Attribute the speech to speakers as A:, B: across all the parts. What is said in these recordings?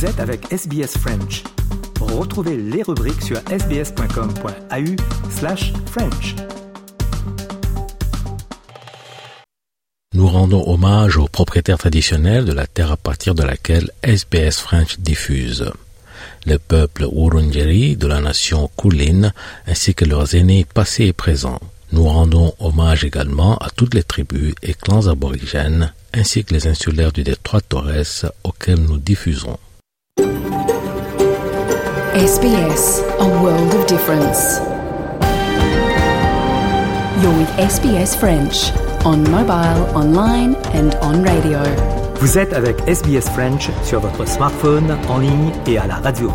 A: Vous êtes avec SBS French. Retrouvez les rubriques sur sbs.com.au/French.
B: Nous rendons hommage aux propriétaires traditionnels de la terre à partir de laquelle SBS French diffuse. Le peuple Wurundjeri de la nation Kulin ainsi que leurs aînés passés et présents. Nous rendons hommage également à toutes les tribus et clans aborigènes ainsi que les insulaires du détroit Torres auxquels nous diffusons.
C: SBS, a world of difference. You're with SBS French, on mobile, online and on radio.
A: Vous êtes avec SBS French sur votre smartphone, en ligne et à la radio.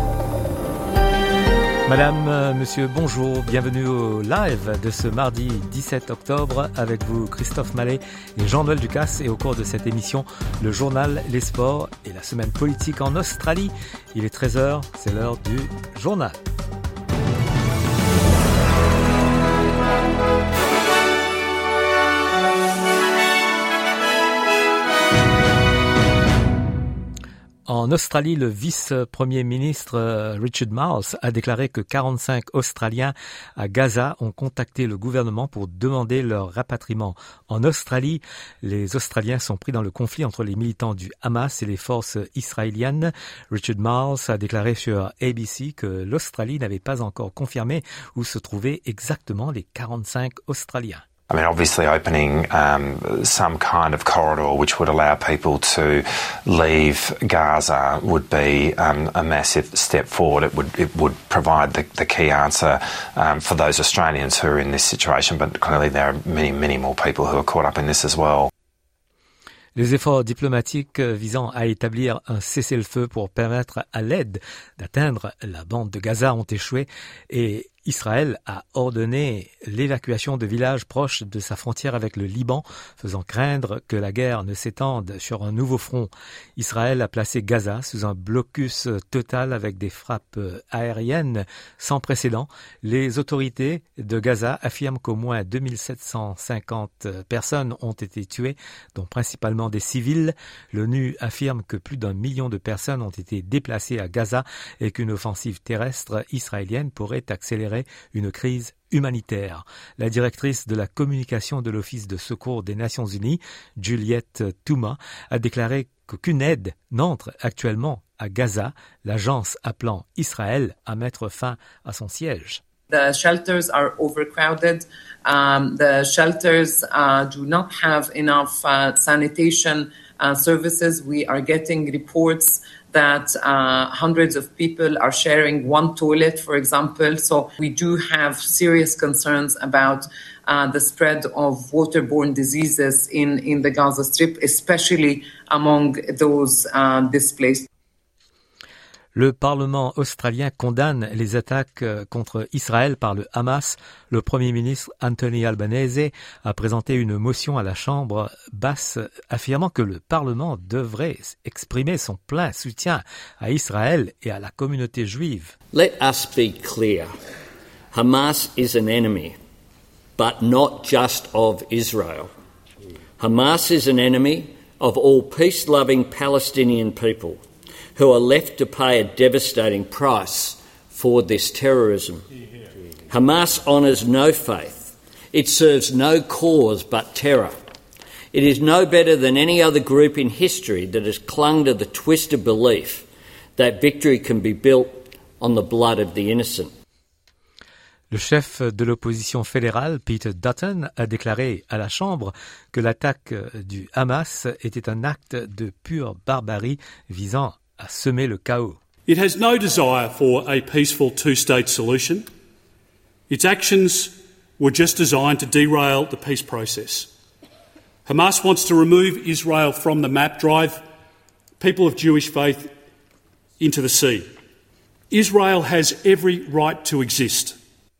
A: Madame, monsieur, bonjour, bienvenue au live de ce mardi 17 octobre avec vous Christophe Mallet et Jean-Noël Ducasse, et au cours de cette émission, le journal, les sports et la semaine politique en Australie. Il est 13h, c'est l'heure du journal. En Australie, le vice-premier ministre Richard Marles a déclaré que 45 Australiens à Gaza ont contacté le gouvernement pour demander leur rapatriement. En Australie, les Australiens sont pris dans le conflit entre les militants du Hamas et les forces israéliennes. Richard Marles a déclaré sur ABC que l'Australie n'avait pas encore confirmé où se trouvaient exactement les 45 Australiens.
D: I mean, obviously opening some kind of corridor which would allow people to leave Gaza would be a massive step forward. It would provide the key answer for those Australians who are in this situation, but clearly there are many more people who are caught up in this as well.
A: Les efforts diplomatiques visant à établir un cessez-le-feu pour permettre à l'aide d'atteindre la bande de Gaza ont échoué et Israël a ordonné l'évacuation de villages proches de sa frontière avec le Liban, faisant craindre que la guerre ne s'étende sur un nouveau front. Israël a placé Gaza sous un blocus total avec des frappes aériennes sans précédent. Les autorités de Gaza affirment qu'au moins 2750 personnes ont été tuées, dont principalement des civils. L'ONU affirme que plus d'1 million de personnes ont été déplacées à Gaza et qu'une offensive terrestre israélienne pourrait accélérer une crise humanitaire. La directrice de la communication de l'Office de secours des Nations Unies, Juliette Touma, a déclaré qu'aucune aide n'entre actuellement à Gaza, l'agence appelant Israël à mettre fin à son siège.
E: The shelters are overcrowded. The shelters do not have enough sanitation services. We are getting reports that hundreds of people are sharing one toilet, for example. So we do have serious concerns about the spread of waterborne diseases in the Gaza Strip, especially among those displaced.
A: Le Parlement australien condamne les attaques contre Israël par le Hamas. Le Premier ministre Anthony Albanese a présenté une motion à la Chambre basse affirmant que le Parlement devrait exprimer son plein soutien à Israël et à la communauté juive.
F: Let us be clear. Hamas is an enemy, but not just of Israel. Hamas is an enemy of all peace-loving Palestinian people who are left to pay a devastating price for this terrorism. Hamas honours no faith. It serves no cause but terror. It is no better than any other group in history that has clung to the twisted belief that victory can be built on the blood of the innocent.
A: Le chef de l'opposition fédérale, Peter Dutton, a déclaré à la Chambre que l'attaque du Hamas était un acte de pure barbarie visant à semer le chaos.
G: It has no desire for a peaceful two-state solution. Its actions were just designed to derail the peace process. Hamas wants to remove Israel from the map, drive people of Jewish faith into the sea. Israel has every right to exist.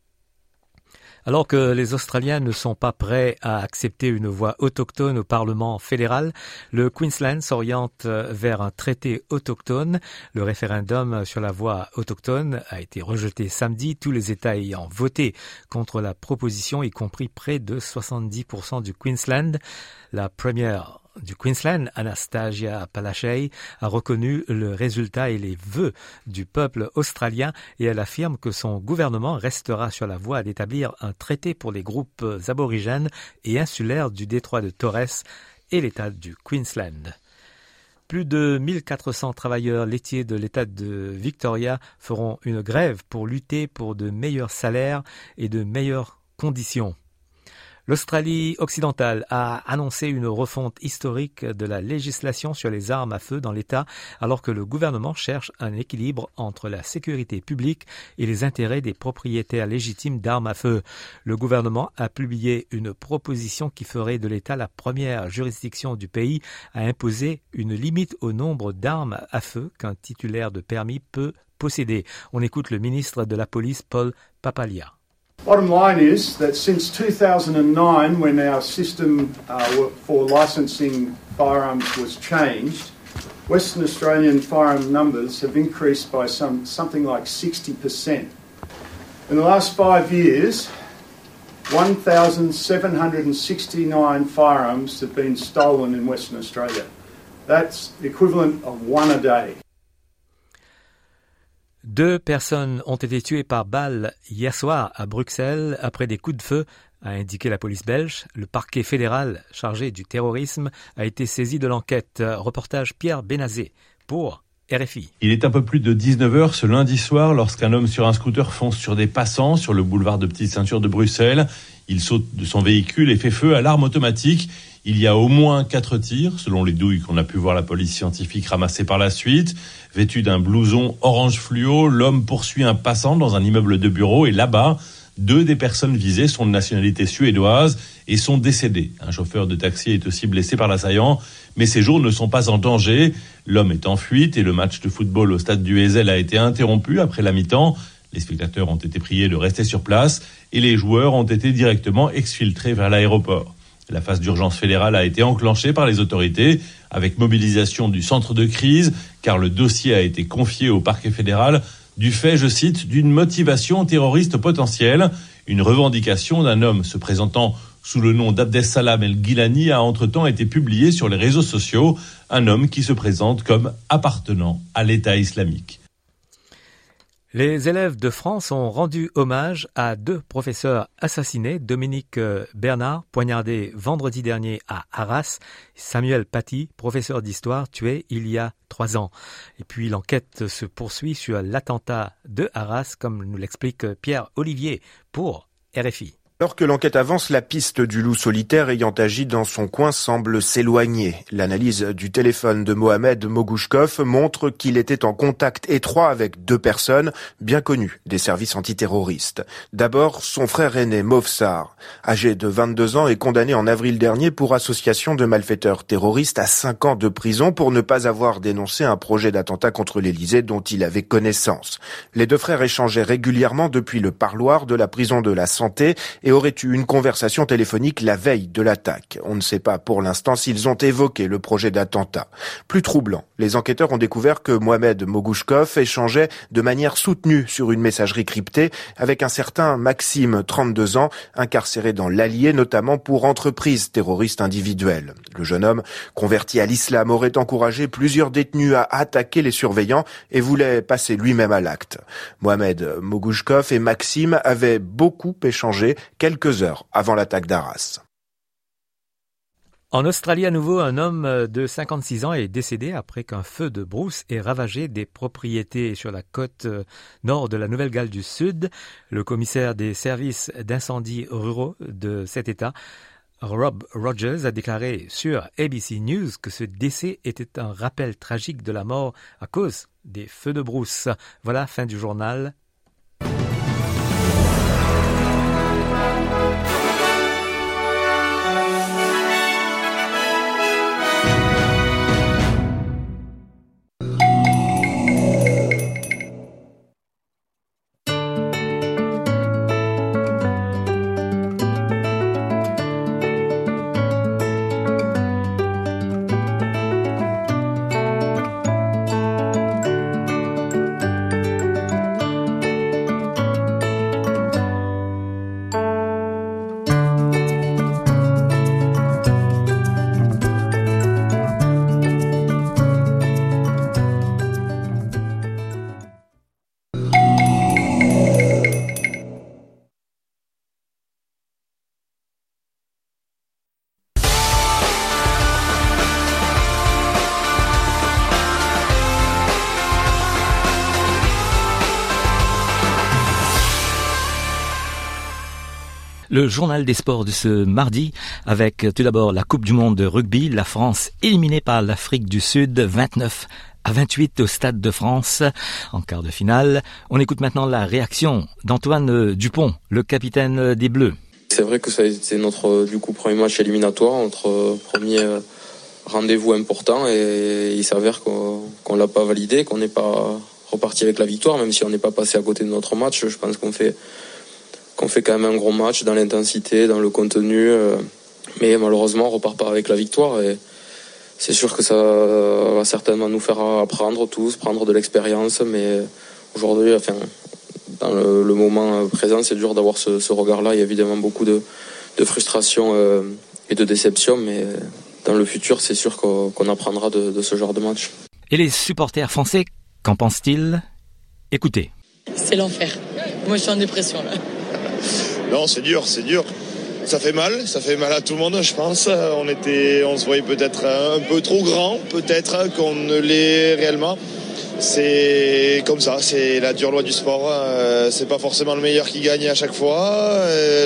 A: Alors que les Australiens ne sont pas prêts à accepter une voix autochtone au Parlement fédéral, le Queensland s'oriente vers un traité autochtone. Le référendum sur la voix autochtone a été rejeté samedi, tous les États ayant voté contre la proposition, y compris près de 70% du Queensland. La première du Queensland, Anastasia Palaszczuk, a reconnu le résultat et les vœux du peuple australien et elle affirme que son gouvernement restera sur la voie d'établir un traité pour les groupes aborigènes et insulaires du détroit de Torres et l'État du Queensland. Plus de 1400 travailleurs laitiers de l'État de Victoria feront une grève pour lutter pour de meilleurs salaires et de meilleures conditions. L'Australie occidentale a annoncé une refonte historique de la législation sur les armes à feu dans l'État alors que le gouvernement cherche un équilibre entre la sécurité publique et les intérêts des propriétaires légitimes d'armes à feu. Le gouvernement a publié une proposition qui ferait de l'État la première juridiction du pays à imposer une limite au nombre d'armes à feu qu'un titulaire de permis peut posséder. On écoute le ministre de la Police, Paul Papalia.
H: Bottom line is that since 2009, when our system for licensing firearms was changed, Western Australian firearm numbers have increased by something like 60%. In the last 5 years, 1,769 firearms have been stolen in Western Australia. That's the equivalent of one a day.
A: 2 personnes ont été tuées par balles hier soir à Bruxelles après des coups de feu, a indiqué la police belge. Le parquet fédéral chargé du terrorisme a été saisi de l'enquête. Reportage Pierre Benazé pour RFI.
I: Il est un peu plus de 19h ce lundi soir lorsqu'un homme sur un scooter fonce sur des passants sur le boulevard de Petite Ceinture de Bruxelles. Il saute de son véhicule et fait feu à l'arme automatique. Il y a au moins 4 tirs, selon les douilles qu'on a pu voir la police scientifique ramasser par la suite. Vêtu d'un blouson orange fluo, l'homme poursuit un passant dans un immeuble de bureau et là-bas, 2 des personnes visées sont de nationalité suédoise et sont décédées. Un chauffeur de taxi est aussi blessé par l'assaillant, mais ses jours ne sont pas en danger. L'homme est en fuite et le match de football au stade du Heysel a été interrompu après la mi-temps. Les spectateurs ont été priés de rester sur place et les joueurs ont été directement exfiltrés vers l'aéroport. La phase d'urgence fédérale a été enclenchée par les autorités avec mobilisation du centre de crise car le dossier a été confié au parquet fédéral du fait, je cite, d'une motivation terroriste potentielle. Une revendication d'un homme se présentant sous le nom d'Abdessalam El-Gilani a entre-temps été publiée sur les réseaux sociaux. Un homme qui se présente comme appartenant à l'État islamique.
A: Les élèves de France ont rendu hommage à 2 professeurs assassinés, Dominique Bernard, poignardé vendredi dernier à Arras, Samuel Paty, professeur d'histoire, tué il y a 3 ans. Et puis l'enquête se poursuit sur l'attentat de Arras, comme nous l'explique Pierre Olivier pour RFI.
J: Alors que l'enquête avance, la piste du loup solitaire ayant agi dans son coin semble s'éloigner. L'analyse du téléphone de Mohamed Mogouchkov montre qu'il était en contact étroit avec 2 personnes bien connues des services antiterroristes. D'abord, son frère aîné Movsar, âgé de 22 ans, est condamné en avril dernier pour association de malfaiteurs terroristes à 5 ans de prison pour ne pas avoir dénoncé un projet d'attentat contre l'Élysée dont il avait connaissance. Les 2 frères échangeaient régulièrement depuis le parloir de la prison de la Santé et auraient eu une conversation téléphonique la veille de l'attaque. On ne sait pas pour l'instant s'ils ont évoqué le projet d'attentat. Plus troublant, les enquêteurs ont découvert que Mohamed Mogouchkov échangeait de manière soutenue sur une messagerie cryptée avec un certain Maxime, 32 ans, incarcéré dans l'Allier, notamment pour entreprise terroriste individuelle. Le jeune homme, converti à l'islam, aurait encouragé plusieurs détenus à attaquer les surveillants et voulait passer lui-même à l'acte. Mohamed Mogouchkov et Maxime avaient beaucoup échangé quelques heures avant l'attaque d'Arras.
A: En Australie, à nouveau, un homme de 56 ans est décédé après qu'un feu de brousse ait ravagé des propriétés sur la côte nord de la Nouvelle-Galles du Sud. Le commissaire des services d'incendie ruraux de cet État, Rob Rogers, a déclaré sur ABC News que ce décès était un rappel tragique de la mort à cause des feux de brousse. Voilà, fin du journal. Le journal des sports de ce mardi avec tout d'abord la Coupe du monde de rugby, la France éliminée par l'Afrique du Sud 29-28 au Stade de France en quart de finale. On écoute maintenant la réaction d'Antoine Dupont, le capitaine des Bleus.
K: C'est vrai que ça a été notre premier match éliminatoire, notre premier rendez-vous important et il s'avère qu'on l'a pas validé, qu'on n'est pas reparti avec la victoire, même si on n'est pas passé à côté de notre match. Je pense qu'on fait quand même un gros match dans l'intensité, dans le contenu, mais malheureusement on repart pas avec la victoire et c'est sûr que ça va certainement nous faire apprendre tous, prendre de l'expérience, mais aujourd'hui, dans le moment présent, c'est dur d'avoir ce regard-là. Il y a évidemment beaucoup de frustration et de déception, mais dans le futur, c'est sûr qu'on apprendra de ce genre de match.
A: Et les supporters français, qu'en pensent-ils ? Écoutez.
L: C'est l'enfer. Moi, je suis en dépression, là.
M: Non, c'est dur. Ça fait mal à tout le monde, je pense. On se voyait peut-être un peu trop grand, peut-être qu'on ne l'est réellement. C'est comme ça, c'est la dure loi du sport. C'est pas forcément le meilleur qui gagne à chaque fois.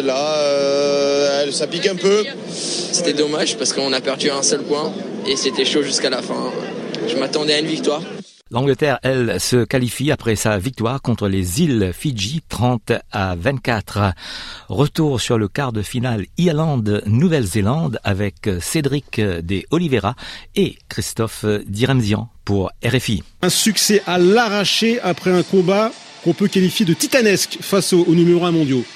M: Ça pique un peu.
N: C'était dommage parce qu'on a perdu un seul point et c'était chaud jusqu'à la fin. Je m'attendais à une victoire.
A: L'Angleterre, elle, se qualifie après sa victoire contre les îles Fidji, 30-24. Retour sur le quart de finale Irlande-Nouvelle-Zélande avec Cédric de Oliveira et Christophe Diremzian pour RFI.
O: Un succès à l'arraché après un combat qu'on peut qualifier de titanesque face aux numéros 1 mondiaux.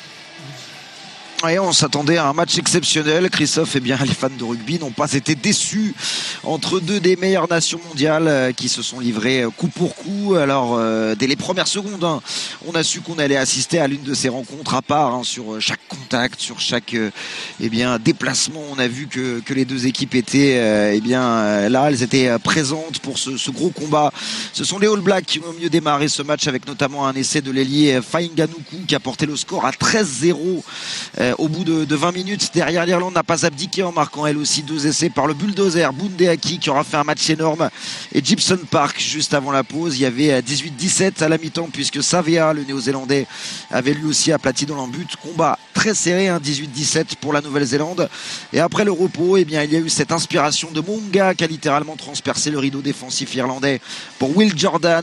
P: Et on s'attendait à un match exceptionnel. Christophe, les fans de rugby n'ont pas été déçus entre deux des meilleures nations mondiales qui se sont livrées coup pour coup. Alors, dès les premières secondes, on a su qu'on allait assister à l'une de ces rencontres à part sur chaque contact, sur chaque déplacement. On a vu que les deux équipes étaient là, elles étaient présentes pour ce gros combat. Ce sont les All Blacks qui ont mieux démarré ce match avec notamment un essai de l'ailier Fainga'anuku qui a porté le score à 13-0. Au bout de 20 minutes, derrière l'Irlande n'a pas abdiqué en marquant elle aussi 2 essais par le bulldozer Bundeaki qui aura fait un match énorme et Gibson Park juste avant la pause. Il y avait 18-17 à la mi-temps puisque Savea, le néo-zélandais, avait lui aussi aplati dans l'embut. Combat très serré, 18-17 pour la Nouvelle-Zélande. Et après le repos, il y a eu cette inspiration de Monga qui a littéralement transpercé le rideau défensif irlandais pour Will Jordan,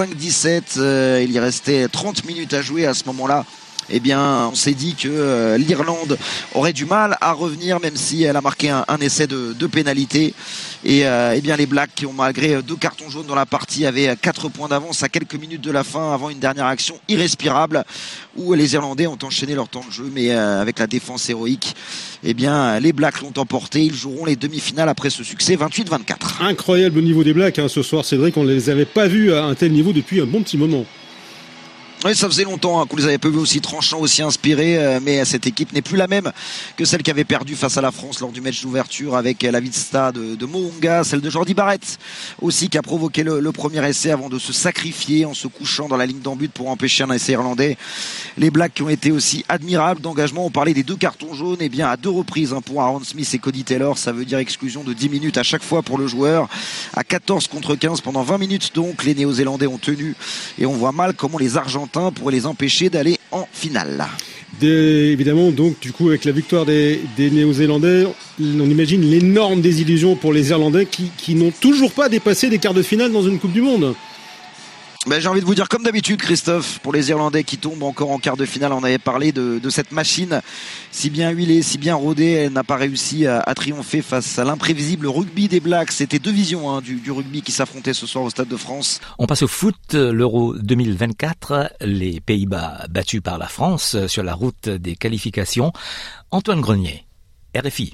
P: 25-17. Il y restait 30 minutes à jouer à ce moment-là. On s'est dit que l'Irlande aurait du mal à revenir même si elle a marqué un essai de pénalité et les Blacks qui ont malgré 2 cartons jaunes dans la partie avaient 4 points d'avance à quelques minutes de la fin avant une dernière action irrespirable où les Irlandais ont enchaîné leur temps de jeu mais avec la défense héroïque les Blacks l'ont emporté. Ils joueront les demi-finales après ce succès 28-24.
O: Incroyable au niveau des Blacks ce soir, Cédric, on ne les avait pas vus à un tel niveau depuis un bon petit moment.
P: Oui, ça faisait longtemps qu'on les avait pas vus aussi tranchants, aussi inspirés, mais cette équipe n'est plus la même que celle qui avait perdu face à la France lors du match d'ouverture avec la Vista de Mo'unga, celle de Jordi Barrett aussi qui a provoqué le premier essai avant de se sacrifier en se couchant dans la ligne d'en but pour empêcher un essai irlandais. Les Blacks qui ont été aussi admirables d'engagement, on parlait des 2 cartons jaunes, à 2 reprises pour Aaron Smith et Cody Taylor, ça veut dire exclusion de 10 minutes à chaque fois pour le joueur, à 14 contre 15 pendant 20 minutes donc les Néo-Zélandais ont tenu et on voit mal comment les Argentins pourraient les empêcher d'aller en finale.
O: Évidemment, donc du coup avec la victoire des Néo-Zélandais, on imagine l'énorme désillusion pour les Irlandais qui n'ont toujours pas dépassé des quarts de finale dans une Coupe du Monde.
P: J'ai envie de vous dire comme d'habitude Christophe, pour les Irlandais qui tombent encore en quart de finale, on avait parlé de cette machine si bien huilée, si bien rodée, elle n'a pas réussi à triompher face à l'imprévisible rugby des Blacks. C'était 2 visions du rugby qui s'affrontaient ce soir au Stade de France.
A: On passe au foot, l'Euro 2024, les Pays-Bas battus par la France sur la route des qualifications. Antoine Grenier, RFI.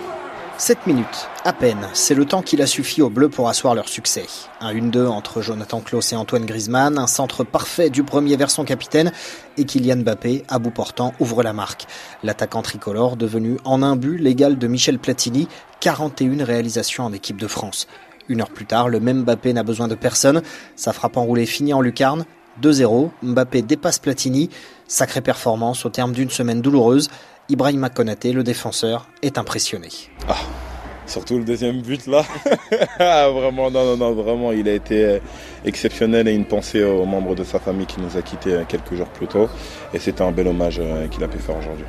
Q: 7 minutes, à peine, c'est le temps qu'il a suffi aux Bleus pour asseoir leur succès. Un 1-2 entre Jonathan Klaus et Antoine Griezmann, un centre parfait du premier vers son capitaine et Kylian Mbappé, à bout portant, ouvre la marque. L'attaquant tricolore devenu en un but l'égal de Michel Platini, 41 réalisations en équipe de France. 1 heure plus tard, le même Mbappé n'a besoin de personne, sa frappe enroulée finit en lucarne. 2-0, Mbappé dépasse Platini, sacrée performance au terme d'une semaine douloureuse. Ibrahima Konaté, le défenseur, est impressionné.
R: Surtout le deuxième but là. Vraiment, non, vraiment, il a été exceptionnel et une pensée aux membres de sa famille qui nous a quittés quelques jours plus tôt. Et c'était un bel hommage qu'il a pu faire aujourd'hui.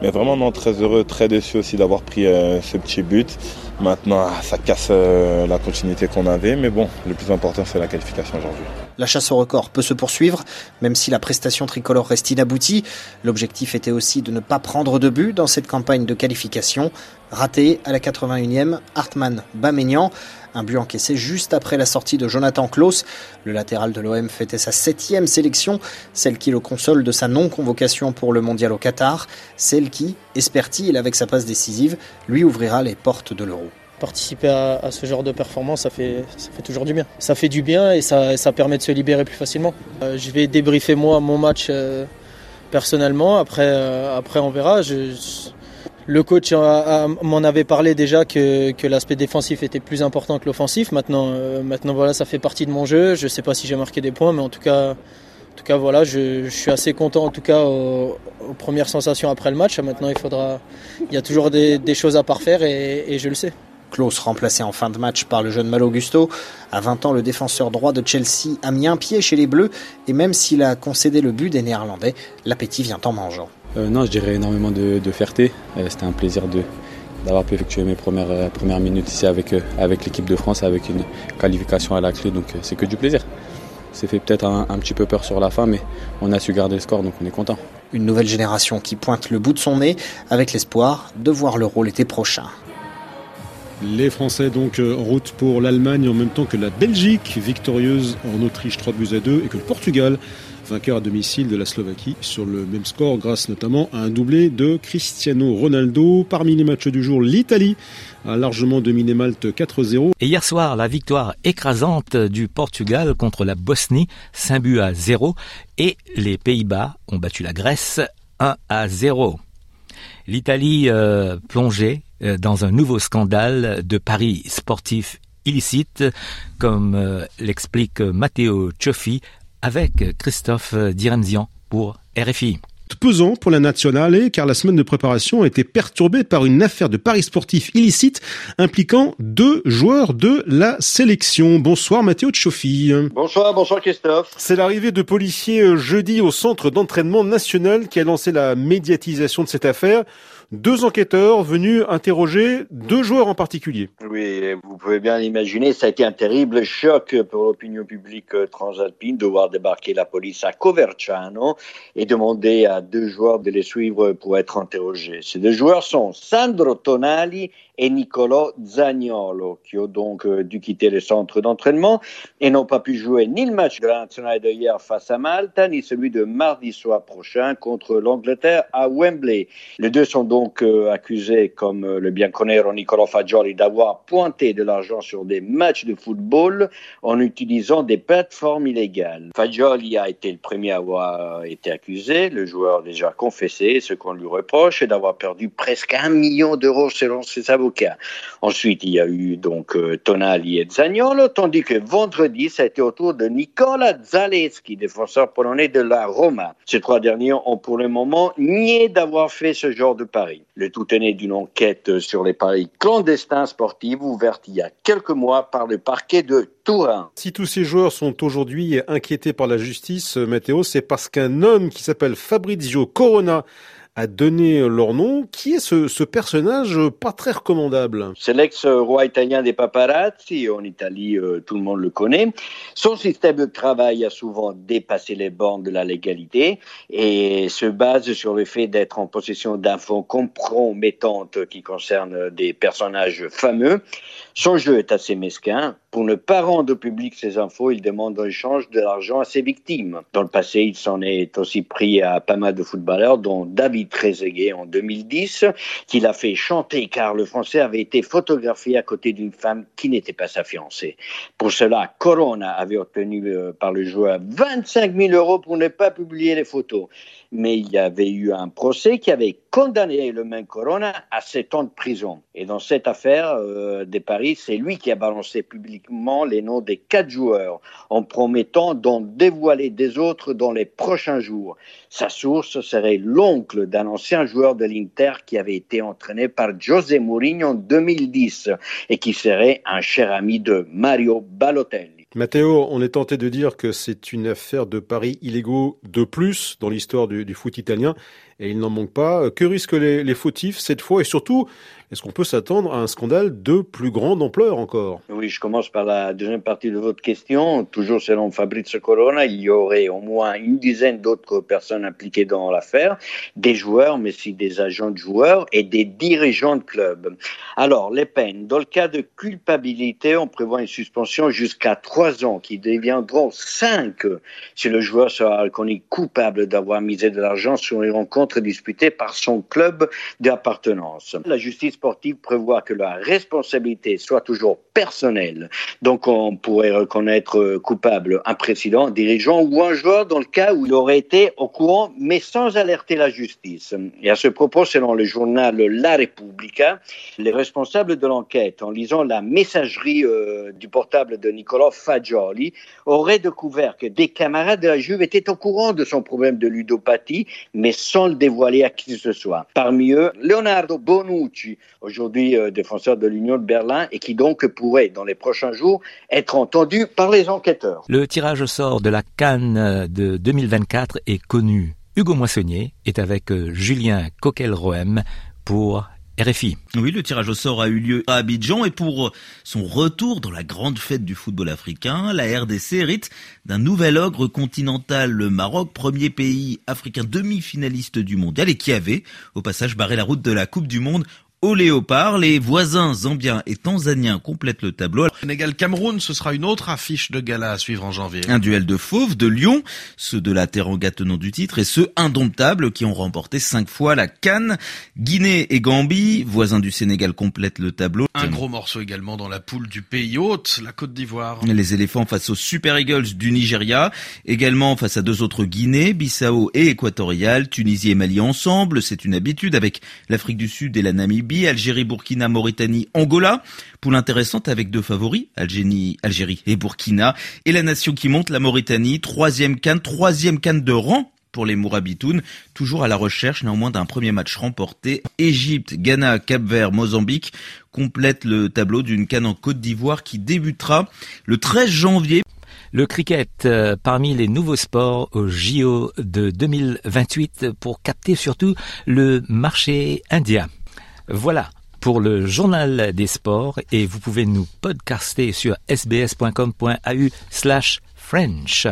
R: Mais vraiment, non, très heureux, très déçu aussi d'avoir pris ce petit but. Maintenant, ça casse la continuité qu'on avait. Mais bon, le plus important, c'est la qualification aujourd'hui.
Q: La chasse au record peut se poursuivre, même si la prestation tricolore reste inaboutie. L'objectif était aussi de ne pas prendre de but dans cette campagne de qualification. Raté à la 81e, Hartmann Bamenian. Un but encaissé juste après la sortie de Jonathan Klaus. Le latéral de l'OM fêtait sa 7e sélection, celle qui le console de sa non-convocation pour le mondial au Qatar, celle qui, espère-t-il avec sa passe décisive, lui ouvrira les portes de l'Euro.
S: Participer à ce genre de performance, ça fait toujours du bien. Ça fait du bien et ça permet de se libérer plus facilement. Je vais débriefer moi mon match personnellement, après on verra. Le coach m'en avait parlé déjà que l'aspect défensif était plus important que l'offensif. Maintenant voilà, ça fait partie de mon jeu. Je ne sais pas si j'ai marqué des points, mais en tout cas voilà, je suis assez content en tout cas aux premières sensations après le match. Maintenant il y a toujours des choses à parfaire et je le sais.
Q: Klaus remplacé en fin de match par le jeune Malo Gusto. À 20 ans, le défenseur droit de Chelsea a mis un pied chez les Bleus et même s'il a concédé le but des Néerlandais, l'appétit vient en mangeant.
T: Non, je dirais énormément de fierté. C'était un plaisir d'avoir pu effectuer mes premières minutes ici avec l'équipe de France, avec une qualification à la clé, donc c'est que du plaisir. C'est fait peut-être un petit peu peur sur la fin, mais on a su garder le score, donc on est content.
Q: Une nouvelle génération qui pointe le bout de son nez avec l'espoir de voir l'Euro l'été prochain.
O: Les Français donc en route pour l'Allemagne en même temps que la Belgique, victorieuse en Autriche 3-2 et que le Portugal, vainqueur à domicile de la Slovaquie sur le même score grâce notamment à un doublé de Cristiano Ronaldo. Parmi les matchs du jour, l'Italie a largement dominé Malte 4-0.
A: Et hier soir, la victoire écrasante du Portugal contre la Bosnie, 5-0, et les Pays-Bas ont battu la Grèce 1-0. L'Italie plongée dans un nouveau scandale de paris sportifs illicites, comme l'explique Matteo Cioffi avec Christophe Diremzian pour RFI.
O: Pesant pour la Nazionale, car la semaine de préparation a été perturbée par une affaire de paris sportifs illicites impliquant 2 joueurs de la sélection. Bonsoir Matteo Cioffi.
U: Bonsoir Christophe.
O: C'est l'arrivée de policiers jeudi au centre d'entraînement national qui a lancé la médiatisation de cette affaire. 2 enquêteurs venus interroger 2 joueurs en particulier.
U: Oui, vous pouvez bien l'imaginer, ça a été un terrible choc pour l'opinion publique transalpine de voir débarquer la police à Coverciano et demander à 2 joueurs de les suivre pour être interrogés. Ces 2 joueurs sont Sandro Tonali et Nicolò Zaniolo, qui ont donc dû quitter le centre d'entraînement et n'ont pas pu jouer ni le match de la nationale de hier face à Malte, ni celui de mardi soir prochain contre l'Angleterre à Wembley. Les 2 sont donc accusés, comme le bianconero Nicolò Fagioli, d'avoir pointé de l'argent sur des matchs de football en utilisant des plateformes illégales. Fagioli a été le premier à avoir été accusé, le joueur a déjà confessé. Ce qu'on lui reproche est d'avoir perdu presque 1 million d'euros selon ses avocats. Ensuite, il y a eu donc Tonali et Zaniolo, tandis que vendredi, ça a été au tour de Nicola Zalewski, défenseur polonais de la Roma. Ces 3 derniers ont pour le moment nié d'avoir fait ce genre de pari. Le tout est né d'une enquête sur les paris clandestins sportifs ouverte il y a quelques mois par le parquet de Turin.
O: Si tous ces joueurs sont aujourd'hui inquiétés par la justice, Matteo, c'est parce qu'un homme qui s'appelle Fabrizio Corona a donné leur nom. Qui est ce personnage pas très recommandable?
U: C'est l'ex-roi italien des paparazzi. En Italie, tout le monde le connaît. Son système de travail a souvent dépassé les bornes de la légalité et se base sur le fait d'être en possession d'infos compromettantes qui concernent des personnages fameux. Son jeu est assez mesquin. Pour ne pas rendre public ces infos, il demande en échange de l'argent à ses victimes. Dans le passé, il s'en est aussi pris à pas mal de footballeurs, dont David Trezeguet en 2010, qu'il a fait chanter car le Français avait été photographié à côté d'une femme qui n'était pas sa fiancée. Pour cela, Corona avait obtenu par le joueur 25 000 euros pour ne pas publier les photos. Mais il y avait eu un procès qui avait condamné le même Corona à 7 ans de prison. Et dans cette affaire des paris, c'est lui qui a balancé publiquement les noms des 4 joueurs, en promettant d'en dévoiler des autres dans les prochains jours. Sa source serait l'oncle d'un ancien joueur de l'Inter qui avait été entraîné par José Mourinho en 2010 et qui serait un cher ami de Mario Balotelli.
O: Mathéo, on est tenté de dire que c'est une affaire de paris illégaux de plus dans l'histoire du foot italien, et il n'en manque pas. Que risquent les fautifs cette fois, et surtout, est-ce qu'on peut s'attendre à un scandale de plus grande ampleur encore?
U: Oui, je commence par la deuxième partie de votre question. Toujours selon Fabrizio Corona, il y aurait au moins une dizaine d'autres personnes impliquées dans l'affaire, des joueurs, mais aussi des agents de joueurs et des dirigeants de clubs. Alors, les peines. Dans le cas de culpabilité, on prévoit une suspension jusqu'à 3 ans, qui deviendront 5 si le joueur sera reconnu coupable d'avoir misé de l'argent sur les rencontres disputées par son club d'appartenance. La justice sportive prévoit que la responsabilité soit toujours personnelle. Donc, on pourrait reconnaître coupable un président, un dirigeant ou un joueur dans le cas où il aurait été au courant, mais sans alerter la justice. Et à ce propos, selon le journal La Repubblica, les responsables de l'enquête, en lisant la messagerie du portable de Nicolò Fagioli, auraient découvert que des camarades de la Juve étaient au courant de son problème de ludopathie, mais sans le dévoiler à qui que ce soit. Parmi eux, Leonardo Bonucci, aujourd'hui défenseur de l'Union de Berlin, et qui donc pourrait, dans les prochains jours, être entendu par les enquêteurs.
A: Le tirage au sort de la CAN de 2024 est connu. Hugo Moissonnier est avec Julien Coquel-Rohem pour RFI.
B: Oui, le tirage au sort a eu lieu à Abidjan, et pour son retour dans la grande fête du football africain, la RDC hérite d'un nouvel ogre continental, le Maroc, premier pays africain demi-finaliste du mondial et qui avait au passage barré la route de la Coupe du Monde au léopard. Les voisins zambiens et tanzaniens complètent le tableau.
V: Sénégal-Cameroun, ce sera une autre affiche de gala à suivre en janvier.
B: Un duel de fauves de Lyon, ceux de la Teranga tenant du titre et ceux indomptables qui ont remporté 5 fois la CAN. Guinée et Gambie, voisins du Sénégal, complètent le tableau.
V: Un gros morceau également dans la poule du pays hôte, la Côte d'Ivoire.
B: Les éléphants face aux Super Eagles du Nigeria, également face à 2 autres Guinées, Bissau et Équatorial. Tunisie et Mali ensemble, c'est une habitude avec l'Afrique du Sud et la Namibie. Algérie, Burkina, Mauritanie, Angola. Poule intéressante avec 2 favoris, Algérie et Burkina. Et la nation qui monte, la Mauritanie, 3e CAN de rang pour les Mourabitounes, toujours à la recherche néanmoins d'un premier match remporté. Égypte, Ghana, Cap-Vert, Mozambique complètent le tableau d'une CAN en Côte d'Ivoire qui débutera le 13 janvier.
A: Le cricket parmi les nouveaux sports au JO de 2028 pour capter surtout le marché indien. Voilà pour le journal des sports, et vous pouvez nous podcaster sur sbs.com.au/French.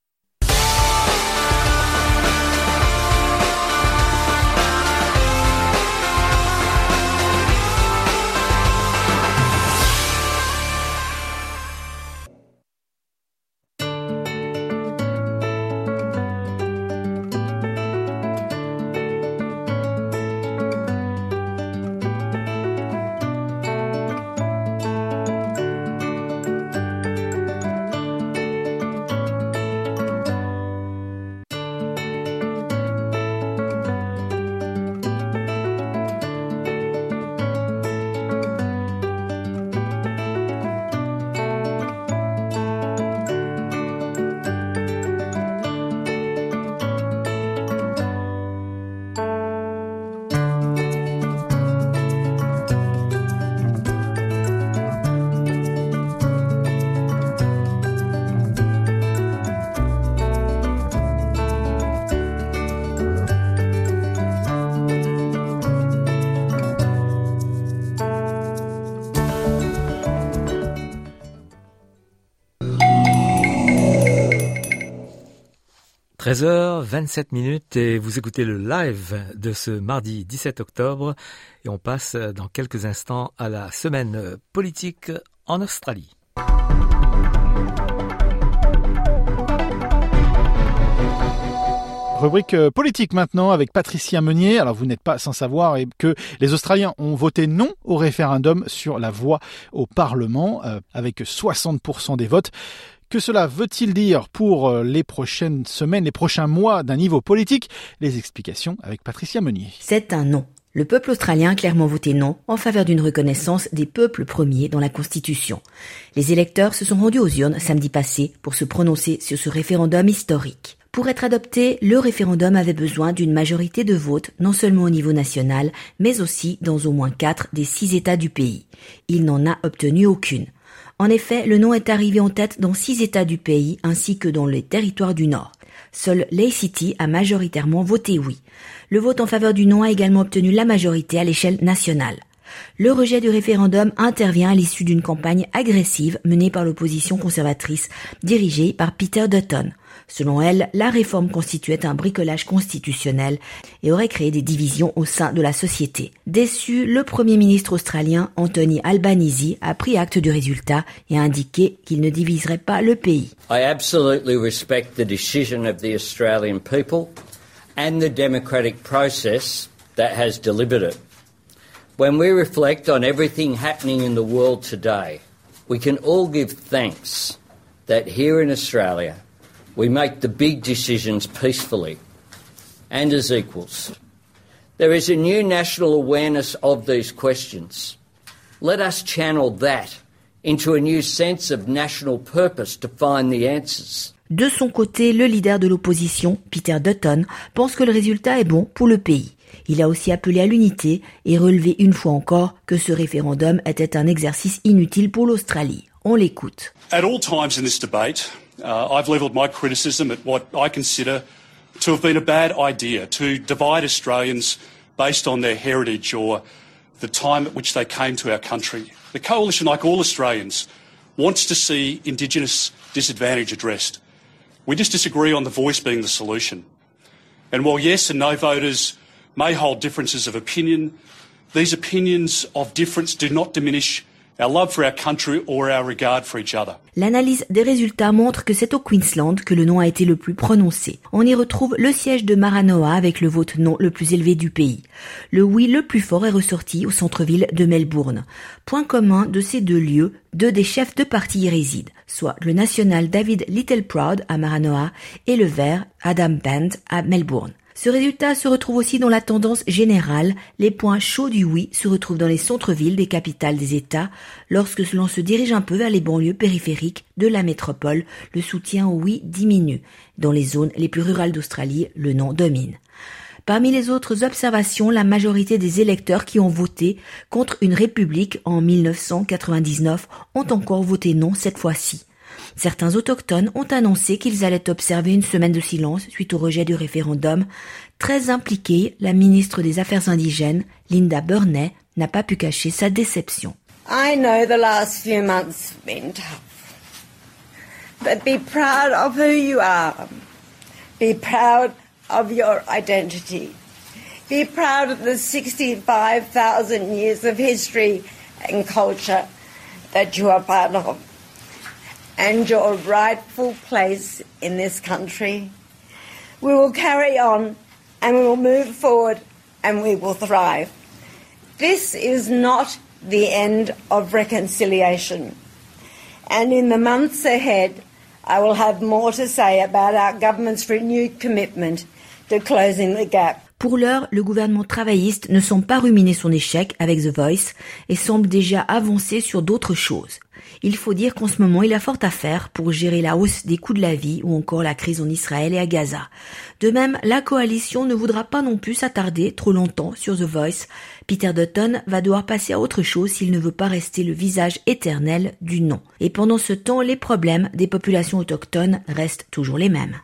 A: – 13h27 et vous écoutez le live de ce mardi 17 octobre et on passe dans quelques instants à la semaine politique en Australie.
W: Rubrique politique maintenant avec Patricia Meunier. Alors vous n'êtes pas sans savoir que les Australiens ont voté non au référendum sur la voix au Parlement avec 60% des votes. Que cela veut-il dire pour les prochaines semaines, les prochains mois d'un niveau politique? Les explications avec Patricia Meunier.
X: C'est un non. Le peuple australien a clairement voté non en faveur d'une reconnaissance des peuples premiers dans la Constitution. Les électeurs se sont rendus aux urnes samedi passé pour se prononcer sur ce référendum historique. Pour être adopté, le référendum avait besoin d'une majorité de votes non seulement au niveau national, mais aussi dans au moins 4 des 6 États du pays. Il n'en a obtenu aucune. En effet, le non est arrivé en tête dans 6 États du pays ainsi que dans les territoires du Nord. Seul l'ACT a majoritairement voté oui. Le vote en faveur du non a également obtenu la majorité à l'échelle nationale. Le rejet du référendum intervient à l'issue d'une campagne agressive menée par l'opposition conservatrice dirigée par Peter Dutton. Selon elle, la réforme constituait un bricolage constitutionnel et aurait créé des divisions au sein de la société. Déçu, le Premier ministre australien Anthony Albanese a pris acte du résultat et a indiqué qu'il ne diviserait pas le pays.
C: I absolutely respect the decision of the Australian people and the democratic process that has delivered it. When we reflect on everything happening in the world today, we can all give thanks that here in Australia we make the big decisions peacefully and as equals. There is a new national awareness of these questions. Let us channel that into a new sense of national purpose to find the answers.
X: De son côté, le leader de l'opposition, Peter Dutton, pense que le résultat est bon pour le pays. Il a aussi appelé à l'unité et relevé une fois encore que ce référendum était un exercice inutile pour l'Australie. On l'écoute.
G: At all times in this debate, I've levelled my criticism at what I consider to have been a bad idea, to divide Australians based on their heritage or the time at which they came to our country. The Coalition, like all Australians, wants to see Indigenous disadvantage addressed. We just disagree on the voice being the solution. And while yes and no voters may hold differences of opinion, these opinions of difference do not diminish our love for our country or our regard for each other.
X: L'analyse des résultats montre que c'est au Queensland que le non a été le plus prononcé. On y retrouve le siège de Maranoa avec le vote non le plus élevé du pays. Le oui le plus fort est ressorti au centre-ville de Melbourne. Point commun de ces deux lieux, 2 des chefs de parti y résident, soit le national David Littleproud à Maranoa et le vert Adam Band à Melbourne. Ce résultat se retrouve aussi dans la tendance générale. Les points chauds du oui se retrouvent dans les centres-villes des capitales des États. Lorsque l'on se dirige un peu vers les banlieues périphériques de la métropole, le soutien au oui diminue. Dans les zones les plus rurales d'Australie, le non domine. Parmi les autres observations, la majorité des électeurs qui ont voté contre une république en 1999 ont encore voté non cette fois-ci. Certains autochtones ont annoncé qu'ils allaient observer une semaine de silence suite au rejet du référendum. Très impliquée, la ministre des Affaires indigènes, Linda Burney, n'a pas pu cacher sa déception.
D: I know the last few months have been tough. But be proud of who you are. Be proud of your identity. Be proud of the 65,000 years of history and culture that you are part of. And your rightful place in this country. We will carry on and we will move forward and we will thrive. This is not the end of reconciliation. And in the months ahead, I will have more to say about our government's renewed commitment to closing the gap.
X: Pour l'heure, le gouvernement travailliste ne semble pas ruminer son échec avec The Voice et semble déjà avancer sur d'autres choses. Il faut dire qu'en ce moment, il a fort à faire pour gérer la hausse des coûts de la vie ou encore la crise en Israël et à Gaza. De même, la coalition ne voudra pas non plus s'attarder trop longtemps sur The Voice. Peter Dutton va devoir passer à autre chose s'il ne veut pas rester le visage éternel du non. Et pendant ce temps, les problèmes des populations autochtones restent toujours les mêmes.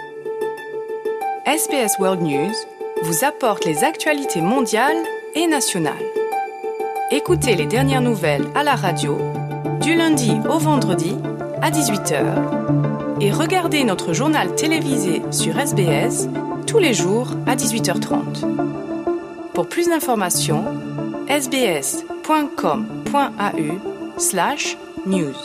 E: SBS World News vous apporte les actualités mondiales et nationales. Écoutez les dernières nouvelles à la radio du lundi au vendredi à 18h et regardez notre journal télévisé sur SBS tous les jours à 18h30. Pour plus d'informations, sbs.com.au/news.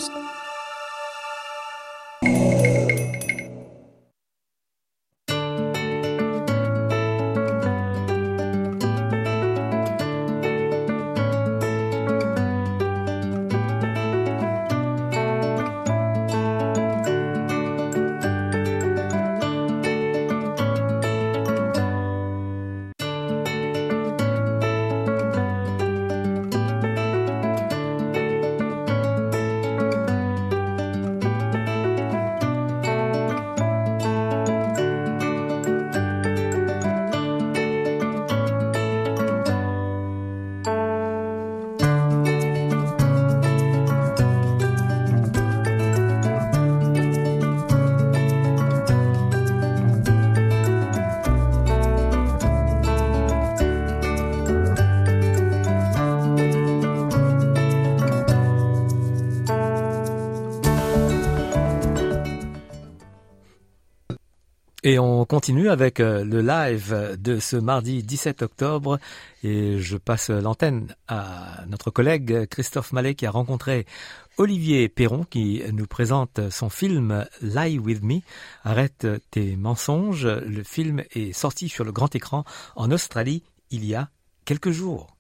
A: Et on continue avec le live de ce mardi 17 octobre et je passe l'antenne à notre collègue Christophe Mallet qui a rencontré Olivier Perron qui nous présente son film Lie With Me, Arrête tes mensonges. Le film est sorti sur le grand écran en Australie il y a quelques jours.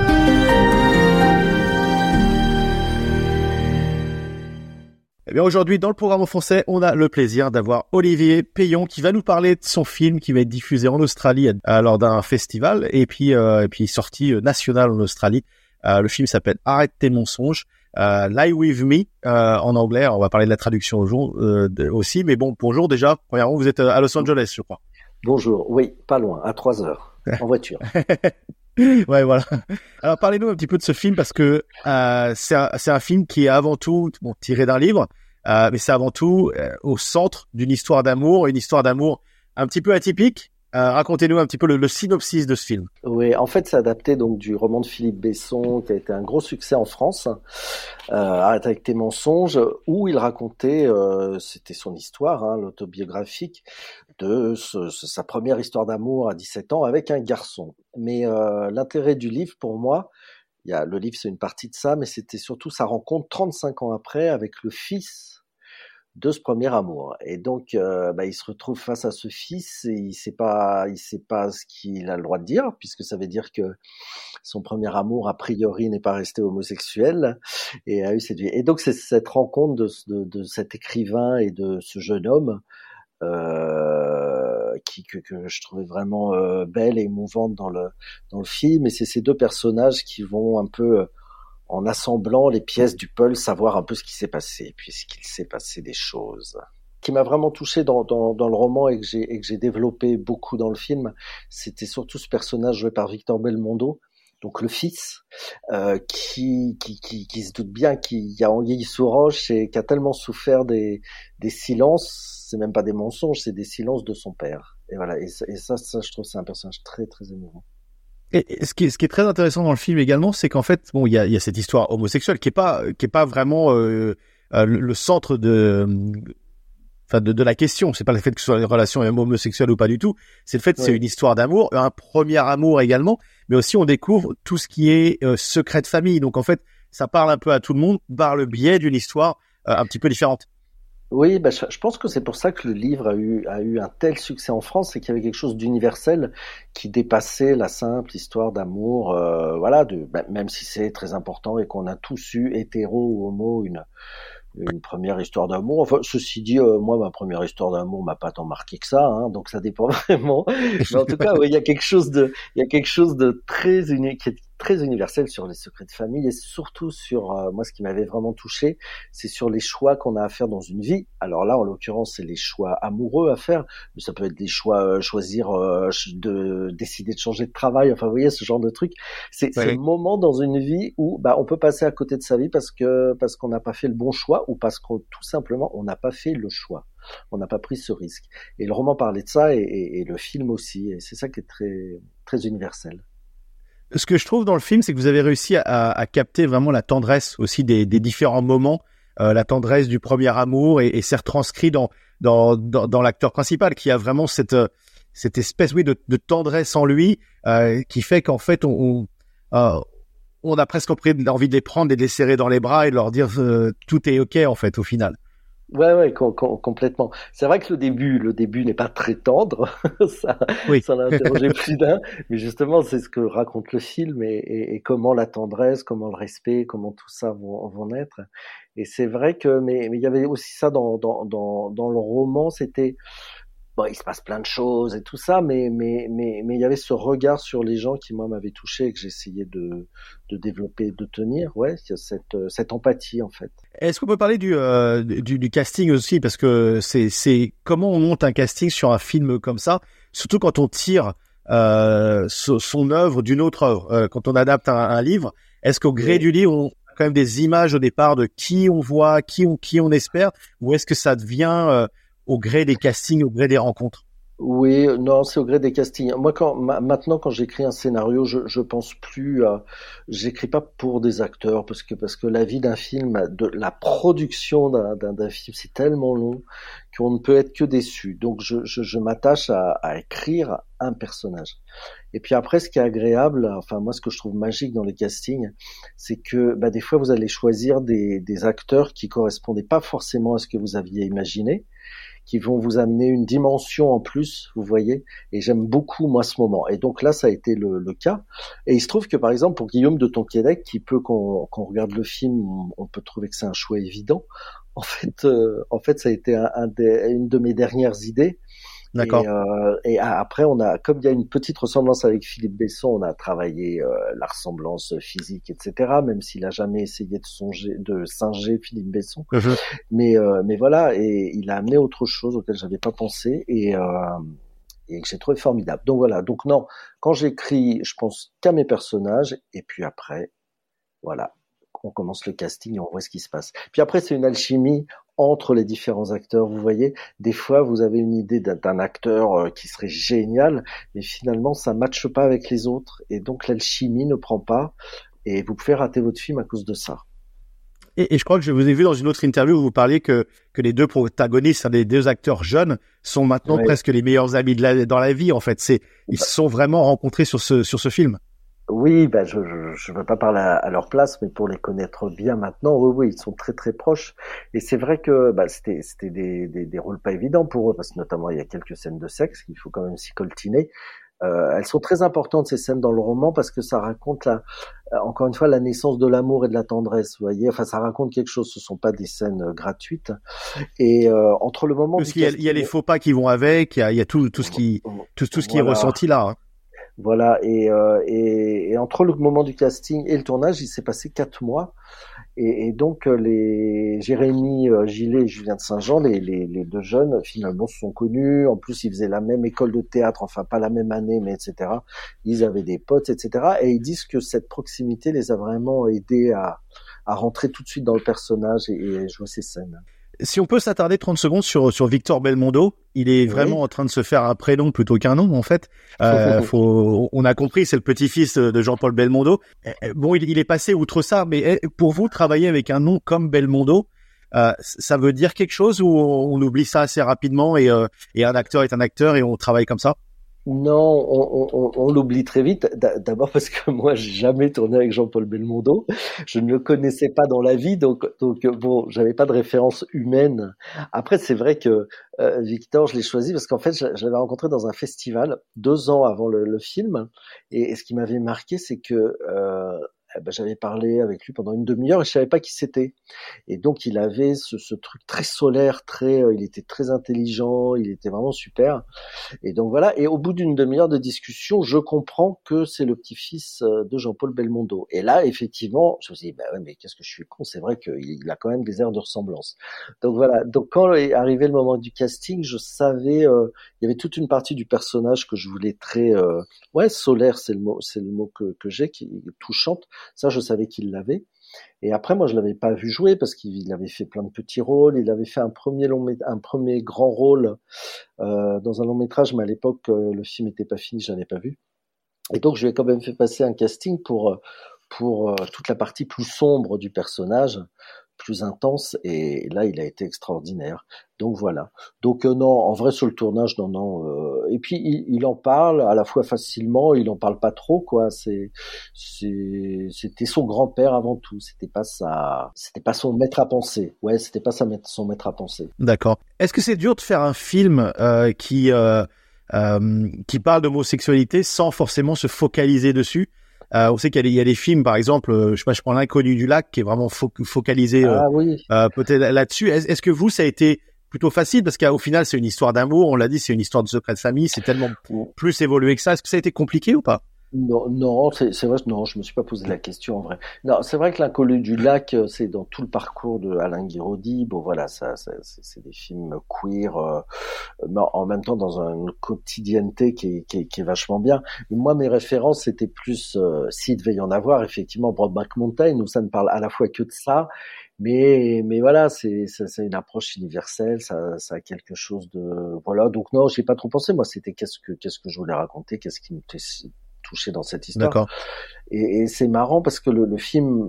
F: Eh bien aujourd'hui, dans le programme en français, on a le plaisir d'avoir Olivier Perron qui va nous parler de son film qui va être diffusé en Australie lors d'un festival et puis sorti national en Australie. Le film s'appelle Arrête tes mensonges, Lie With Me en anglais. On va parler de la traduction aussi, mais bon, bonjour déjà. Premièrement, vous êtes à Los Angeles, je crois.
H: Bonjour, oui, pas loin, à 3 heures, en voiture.
F: Ouais, voilà. Alors parlez-nous un petit peu de ce film parce que c'est un film qui est avant tout tiré d'un livre, mais c'est avant tout au centre d'une histoire d'amour, une histoire d'amour un petit peu atypique. Racontez-nous un petit peu le synopsis de ce film.
H: Oui, en fait, c'est adapté donc du roman de Philippe Besson qui a été un gros succès en France, Arrête avec tes mensonges, où il racontait, c'était son histoire, l'autobiographique de sa première histoire d'amour à 17 ans avec un garçon. Mais l'intérêt du livre, pour moi, le livre c'est une partie de ça, mais c'était surtout sa rencontre 35 ans après avec le fils de ce premier amour. Et donc, il se retrouve face à ce fils et il sait pas ce qu'il a le droit de dire, puisque ça veut dire que son premier amour, a priori, n'est pas resté homosexuel et a eu cette vie. Et donc, c'est cette rencontre de cet écrivain et de ce jeune homme, que je trouvais vraiment belle et émouvante dans le film. Et c'est ces deux personnages qui vont un peu, en assemblant les pièces du puzzle, savoir un peu ce qui s'est passé, puisqu'il s'est passé des choses. Ce qui m'a vraiment touché dans le roman et que j'ai développé beaucoup dans le film, c'était surtout ce personnage joué par Victor Belmondo, donc le fils, qui se doute bien qu'il a anguille sous roche et qui a tellement souffert des silences, c'est même pas des mensonges, c'est des silences de son père. Et voilà, et ça je trouve c'est un personnage très très émouvant.
F: Et ce qui est très intéressant dans le film également, c'est qu'en fait, il y a cette histoire homosexuelle qui est pas vraiment le centre de la question. C'est pas le fait que ce soit une relation homosexuelle ou pas du tout. C'est le fait que c'est une histoire d'amour, un premier amour également, mais aussi on découvre tout ce qui est secret de famille. Donc en fait, ça parle un peu à tout le monde par le biais d'une histoire un petit peu différente.
H: Oui, je pense que c'est pour ça que le livre a eu un tel succès en France, c'est qu'il y avait quelque chose d'universel qui dépassait la simple histoire d'amour, même si c'est très important et qu'on a tous eu, hétéro ou homo, une première histoire d'amour. Enfin, ceci dit, moi, ma première histoire d'amour m'a pas tant marqué que ça, donc ça dépend vraiment. Mais en tout cas, il y a quelque chose de très unique, qui est très universel sur les secrets de famille et surtout sur, moi, ce qui m'avait vraiment touché, c'est sur les choix qu'on a à faire dans une vie. Alors là, en l'occurrence, c'est les choix amoureux à faire, mais ça peut être des choix, choisir de décider de changer de travail. Enfin, vous voyez, ce genre de truc. C'est le moment dans une vie où, on peut passer à côté de sa vie parce qu'on n'a pas fait le bon choix ou parce qu'on, tout simplement, on n'a pas fait le choix. On n'a pas pris ce risque. Et le roman parlait de ça et le film aussi. Et c'est ça qui est très, très universel.
F: Ce que je trouve dans le film, c'est que vous avez réussi à capter vraiment la tendresse aussi des différents moments, la tendresse du premier amour et c'est retranscrit dans l'acteur principal qui a vraiment cette espèce, de tendresse en lui, qui fait qu'en fait, on a presque envie de les prendre et de les serrer dans les bras et de leur dire tout est ok en fait au final.
H: Ouais, complètement. C'est vrai que le début n'est pas très tendre. Ça l'a interrogé plus d'un. Mais justement, c'est ce que raconte le film et comment la tendresse, comment le respect, comment tout ça vont naître. Et c'est vrai que, mais il y avait aussi ça dans le roman, c'était, il se passe plein de choses et tout ça, mais il y avait ce regard sur les gens qui, moi, m'avait touché et que j'essayais de développer, de tenir. Ouais, il y a cette empathie, en fait.
F: Est-ce qu'on peut parler du casting aussi? Parce que c'est comment on monte un casting sur un film comme ça, surtout quand on tire, son œuvre d'une autre œuvre. Quand on adapte un livre, est-ce qu'au gré du livre, on a quand même des images au départ de qui on voit, qui on espère, ou est-ce que ça devient, au gré des castings, au gré des rencontres?
H: Oui, non, c'est au gré des castings. Moi, maintenant, quand j'écris un scénario, je pense plus j'écris pas pour des acteurs parce que la vie d'un film, de la production d'un film, c'est tellement long qu'on ne peut être que déçu. Donc je m'attache à écrire un personnage. Et puis après, ce qui est agréable, enfin moi ce que je trouve magique dans les castings, c'est que des fois vous allez choisir des acteurs qui correspondaient pas forcément à ce que vous aviez imaginé, qui vont vous amener une dimension en plus, vous voyez, et j'aime beaucoup moi ce moment. Et donc là, ça a été le cas. Et il se trouve que par exemple pour Guillaume de Tonquédec, qui peut qu'on regarde le film, on peut trouver que c'est un choix évident. En fait, ça a été une de mes dernières idées.
F: D'accord.
H: Et après, comme il y a une petite ressemblance avec Philippe Besson, on a travaillé la ressemblance physique, etc. Même s'il a jamais essayé de singer Philippe Besson. Mais voilà, et il a amené autre chose auquel j'avais pas pensé et que j'ai trouvé formidable. Donc voilà. Donc non, quand j'écris, je pense qu'à mes personnages, et puis après, voilà, on commence le casting et on voit ce qui se passe. Puis après, c'est une alchimie entre les différents acteurs. Vous voyez, des fois, vous avez une idée d'un acteur qui serait génial, mais finalement, ça matche pas avec les autres, et donc l'alchimie ne prend pas, et vous pouvez rater votre film à cause de ça.
F: Et je crois que je vous ai vu dans une autre interview où vous parliez que les deux protagonistes, les deux acteurs jeunes, sont maintenant presque les meilleurs amis dans la vie. En fait, ils se sont vraiment rencontrés sur ce film.
H: Oui, je veux pas parler à leur place, mais pour les connaître bien maintenant, oui, ils sont très très proches. Et c'est vrai que c'était des rôles pas évidents pour eux, parce que notamment il y a quelques scènes de sexe qu'il faut quand même s'y coltiner. Elles sont très importantes, ces scènes, dans le roman, parce que ça raconte encore une fois la naissance de l'amour et de la tendresse, vous voyez. Enfin, ça raconte quelque chose, ce sont pas des scènes gratuites. Et entre le moment
F: parce qu'il y a les faux pas qui vont avec, il y a tout ce qui est ressenti là. Hein.
H: Voilà, et entre le moment du casting et le tournage, il s'est passé 4 mois. Et donc les Jérémy Gillet et Julien de Saint-Jean, les deux jeunes, finalement se sont connus. En plus, ils faisaient la même école de théâtre, enfin pas la même année, mais etc. Ils avaient des potes, etc. Et ils disent que cette proximité les a vraiment aidés à rentrer tout de suite dans le personnage et jouer ces scènes.
F: Si on peut s'attarder 30 secondes sur Victor Belmondo, il est vraiment en train de se faire un prénom plutôt qu'un nom, en fait. On a compris, c'est le petit-fils de Jean-Paul Belmondo. Bon, il est passé outre ça, mais pour vous, travailler avec un nom comme Belmondo, ça veut dire quelque chose ou on oublie ça assez rapidement et un acteur est un acteur et on travaille comme ça?
H: Non, on l'oublie très vite. D'abord parce que moi, j'ai jamais tourné avec Jean-Paul Belmondo. Je ne le connaissais pas dans la vie, donc bon, j'avais pas de référence humaine. Après, c'est vrai que Victor, je l'ai choisi parce qu'en fait, je l'avais rencontré dans un festival 2 ans avant le film, et ce qui m'avait marqué, c'est que j'avais parlé avec lui pendant une demi-heure et je savais pas qui c'était. Et donc il avait ce truc très solaire, il était très intelligent, il était vraiment super. Et donc voilà. Et au bout d'une demi-heure de discussion, je comprends que c'est le petit-fils de Jean-Paul Belmondo. Et là, effectivement, je me suis dit, ouais, mais qu'est-ce que je suis con, c'est vrai qu'il a quand même des airs de ressemblance. Donc voilà. Donc quand est arrivé le moment du casting, je savais, il y avait toute une partie du personnage que je voulais très, solaire, c'est le mot que j'ai, qui est touchante. Ça, je savais qu'il l'avait. Et après, moi, je l'avais pas vu jouer parce qu'il avait fait plein de petits rôles. Il avait fait un premier grand rôle dans un long métrage, mais à l'époque, le film n'était pas fini, je l'avais pas vu. Et donc, je lui ai quand même fait passer un casting pour toute la partie plus sombre du personnage, plus intense, et là il a été extraordinaire. Donc voilà. Donc non, en vrai sur le tournage, non. Et puis il en parle à la fois facilement, il en parle pas trop, quoi. C'était son grand-père avant tout. C'était pas son maître à penser. Ouais, c'était pas son maître à penser.
F: D'accord. Est-ce que c'est dur de faire un film qui parle d'homosexualité sans forcément se focaliser dessus? On sait qu'il y a des films, par exemple, je prends l'Inconnu du lac, qui est vraiment focalisé peut-être là-dessus. Est-ce que vous, ça a été plutôt facile, parce qu'au final, c'est une histoire d'amour, on l'a dit, c'est une histoire de secret de famille, c'est tellement plus évolué que ça. Est-ce que ça a été compliqué ou pas?
H: Non, c'est vrai, non, je me suis pas posé la question en vrai. Non, c'est vrai que L'Inconnu du lac, c'est dans tout le parcours de Alain Guiraudy. Bon, voilà, c'est des films queer, mais en même temps dans une quotidienneté qui est vachement bien. Mais moi, mes références, c'était plus, s'il devait y en avoir, effectivement, Brokeback Mountain, où ça ne parle à la fois que de ça, mais voilà, c'est une approche universelle, ça a quelque chose de, voilà. Donc non, j'ai pas trop pensé. Moi, c'était qu'est-ce que je voulais raconter, qu'est-ce qui me touché dans cette histoire.
F: D'accord.
H: Et c'est marrant parce que le film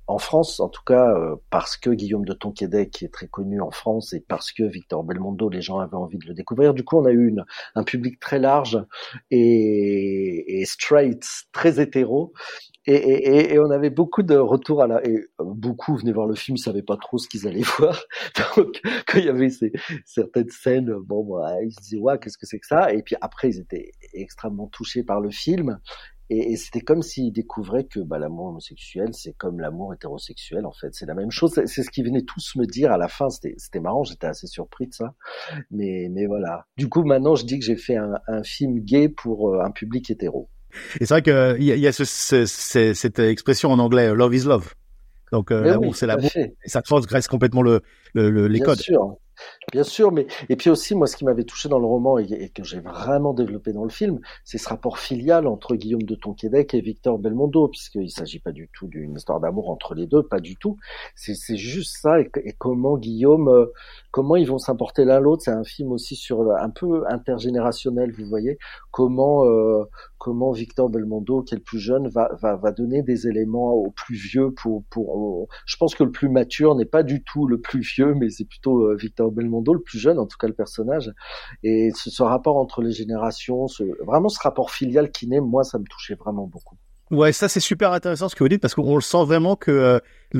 H: en France, en tout cas, parce que Guillaume de Tonquédec est très connu en France et parce que Victor Belmondo, les gens avaient envie de le découvrir. Du coup, on a eu un public très large et straight, très hétéro. Et on avait beaucoup de retours beaucoup venaient voir le film, savaient pas trop ce qu'ils allaient voir. Donc, quand il y avait certaines scènes, ils se disaient, ouais, qu'est-ce que c'est que ça? Et puis après, ils étaient extrêmement touchés par le film. Et c'était comme s'ils découvraient que l'amour homosexuel, c'est comme l'amour hétérosexuel, en fait. C'est la même chose. C'est ce qu'ils venaient tous me dire à la fin. C'était marrant, j'étais assez surpris de ça. Mais voilà. Du coup, maintenant, je dis que j'ai fait un film gay pour un public hétéro.
F: Et c'est vrai qu'il y a cette expression en anglais, love is love. Donc, l'amour, c'est l'amour. Et ça transgresse complètement les codes.
H: Bien sûr, mais et puis aussi moi ce qui m'avait touché dans le roman et que j'ai vraiment développé dans le film, c'est ce rapport filial entre Guillaume de Tonquédec et Victor Belmondo, puisqu'il s'agit pas du tout d'une histoire d'amour entre les deux, pas du tout. C'est juste ça et comment Guillaume, comment ils vont s'importer l'un l'autre. C'est un film aussi sur un peu intergénérationnel, vous voyez, comment Victor Belmondo, qui est le plus jeune, va donner des éléments aux plus vieux je pense que le plus mature n'est pas du tout le plus vieux, mais c'est plutôt Victor Belmondo, le plus jeune, en tout cas le personnage. Et ce rapport entre les générations, vraiment ce rapport filial qui naît, moi, ça me touchait vraiment beaucoup.
F: Ouais, ça c'est super intéressant ce que vous dites parce qu'on le sent vraiment que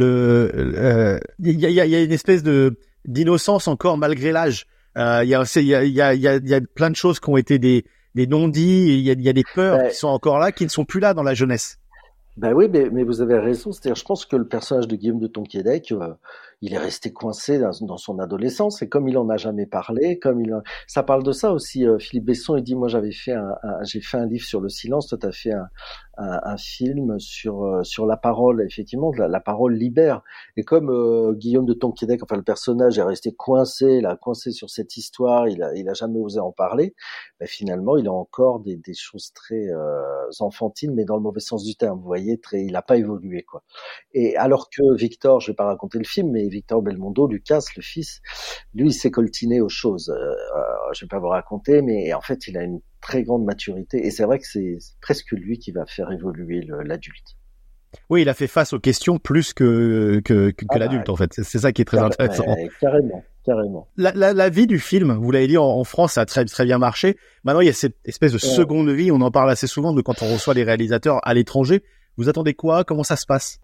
F: il y a une espèce d'innocence encore malgré l'âge. Il y a plein de choses qui ont été des non-dits, il y a des peurs qui sont encore là, qui ne sont plus là dans la jeunesse.
H: Oui, mais vous avez raison. C'est-à-dire, je pense que le personnage de Guillaume de Tonquédec, il est resté coincé dans son adolescence. Et comme il en a jamais parlé, ça parle de ça aussi. Philippe Besson, il dit, moi, j'ai fait un livre sur le silence. Toi, t'as fait un film sur la parole. Effectivement, la parole libère. Et comme Guillaume de Tonquédec, enfin le personnage est resté coincé sur cette histoire, il a jamais osé en parler. Finalement, il a encore des choses très enfantines, mais dans le mauvais sens du terme. Vous voyez, il n'a pas évolué, quoi. Et alors que Victor, je vais pas raconter le film, mais Victor Belmondo, Lucas, le fils, lui, il s'est coltiné aux choses. Je vais pas vous raconter, mais en fait, il a une très grande maturité. Et c'est vrai que c'est presque lui qui va faire évoluer l'adulte.
F: Oui, il a fait face aux questions plus que l'adulte, en fait. C'est ça qui est très intéressant.
H: Carrément.
F: La vie du film, vous l'avez dit, en France, ça a très, très bien marché. Maintenant, il y a cette espèce de seconde vie. On en parle assez souvent de quand on reçoit des réalisateurs à l'étranger. Vous attendez quoi? Comment ça se passe?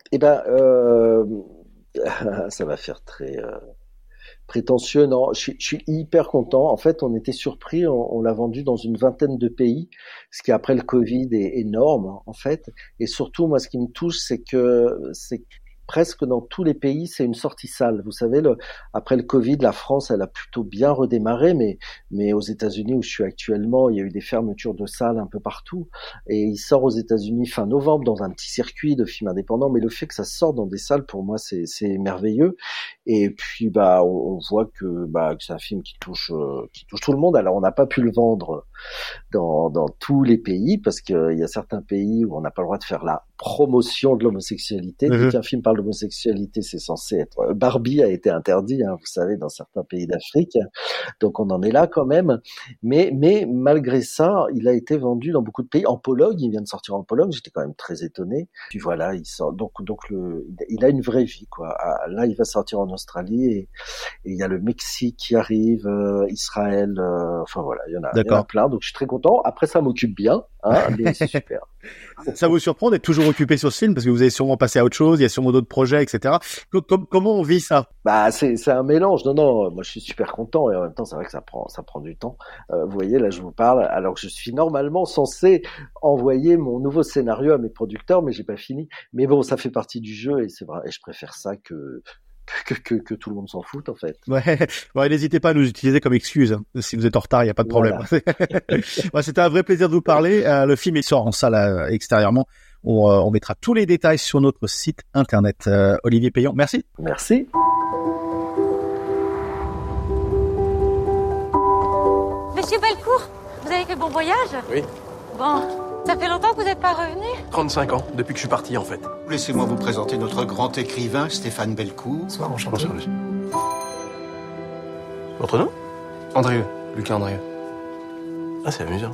H: Ça va faire très prétentieux. Non, je suis hyper content. En fait, on était surpris. On l'a vendu dans une vingtaine de pays, ce qui après le Covid est énorme, en fait. Et surtout, moi, ce qui me touche, c'est presque dans tous les pays, c'est une sortie salle. Vous savez, après le Covid, la France, elle a plutôt bien redémarré, mais aux États-Unis où je suis actuellement, il y a eu des fermetures de salles un peu partout. Et il sort aux États-Unis fin novembre dans un petit circuit de films indépendants. Mais le fait que ça sorte dans des salles, pour moi, c'est merveilleux. Et puis, on voit que c'est un film qui touche tout le monde. Alors, on n'a pas pu le vendre dans tous les pays parce qu'il y a certains pays où on n'a pas le droit de faire la promotion de l'homosexualité. Dès qu'un film parle d'homosexualité, c'est censé être... Barbie a été interdit, vous savez, dans certains pays d'Afrique. Donc on en est là quand même. Mais malgré ça, il a été vendu dans beaucoup de pays. En Pologne, il vient de sortir en Pologne. J'étais quand même très étonné. Puis voilà, il sort. Donc il a une vraie vie, quoi. Là, il va sortir en Australie et il y a le Mexique qui arrive, Israël. Enfin voilà, il y en a plein. Donc je suis très content. Après, ça m'occupe bien, mais c'est super.
F: Ça vous surprend d'être toujours occupé sur ce film parce que vous avez sûrement passé à autre chose, il y a sûrement d'autres projets, etc. Comment on vit ça?
H: C'est un mélange. Non, moi je suis super content et en même temps c'est vrai que ça prend du temps. Vous voyez, là je vous parle alors que je suis normalement censé envoyer mon nouveau scénario à mes producteurs, mais j'ai pas fini. Mais bon, ça fait partie du jeu et c'est vrai. Et je préfère ça que tout le monde s'en fout en fait.
F: Ouais, n'hésitez pas à nous utiliser comme excuse. Si vous êtes en retard, il n'y a pas de problème. Voilà. C'était un vrai plaisir de vous parler. Le film il sort en salle extérieurement. On mettra tous les détails sur notre site internet. Olivier Payan, merci.
H: Merci.
I: Monsieur Belcourt, vous avez fait bon voyage?
J: Oui.
I: Bon, ça fait longtemps que vous n'êtes pas revenu?
J: 35 ans, depuis que je suis parti en fait.
K: Laissez-moi vous présenter notre grand écrivain, Stéphane Belcourt.
J: Bonsoir, enchanté. Votre nom? Andrieux, Lucas Andrieux. Ah, c'est amusant.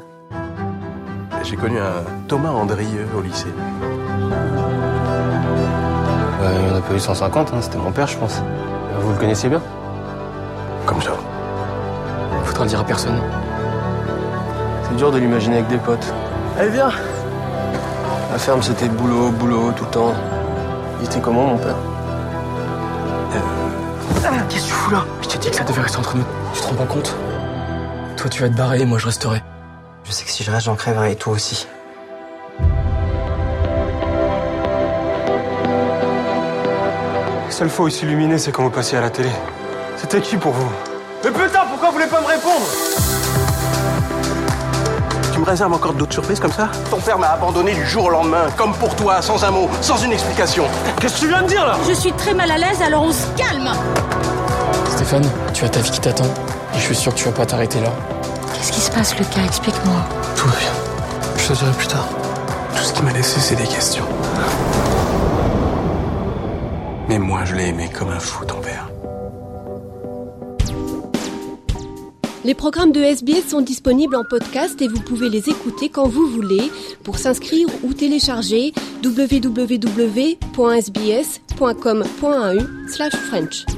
J: J'ai connu un Thomas Andrieux au lycée. Il n'y en a pas eu 150, c'était mon père, je pense. Vous le connaissiez bien?
K: Comme ça.
J: Faudra le dire à personne. C'est dur de l'imaginer avec des potes. Allez, viens! La ferme, c'était boulot, tout le temps. Il était comment, mon père? Qu'est-ce que tu fous là? Je t'ai dit que ça devait rester entre nous. Tu te rends pas compte? Toi, tu vas te barrer et moi, je resterai.
L: Je sais que si je reste, j'en crèverai, et toi aussi.
J: La seule fois où il s'illuminait, c'est quand vous passiez à la télé. C'était qui pour vous? Mais putain, pourquoi vous voulez pas me répondre?
K: Tu me réserves encore d'autres surprises comme ça? Ton père m'a abandonné du jour au lendemain, comme pour toi, sans un mot, sans une explication.
J: Qu'est-ce que tu viens de dire là?
M: Je suis très mal à l'aise, alors on se calme.
J: Stéphane, tu as ta vie qui t'attend. Et je suis sûr que tu vas pas t'arrêter là.
M: Qu'est-ce qui se passe, Lucas? Explique-moi.
J: Tout va bien. Je te dirai plus tard. Tout ce qui m'a laissé, c'est des questions.
K: Mais moi, je l'ai aimé comme un fou, ton père.
N: Les programmes de SBS sont disponibles en podcast et vous pouvez les écouter quand vous voulez. Pour s'inscrire ou télécharger, www.sbs.com.au/French.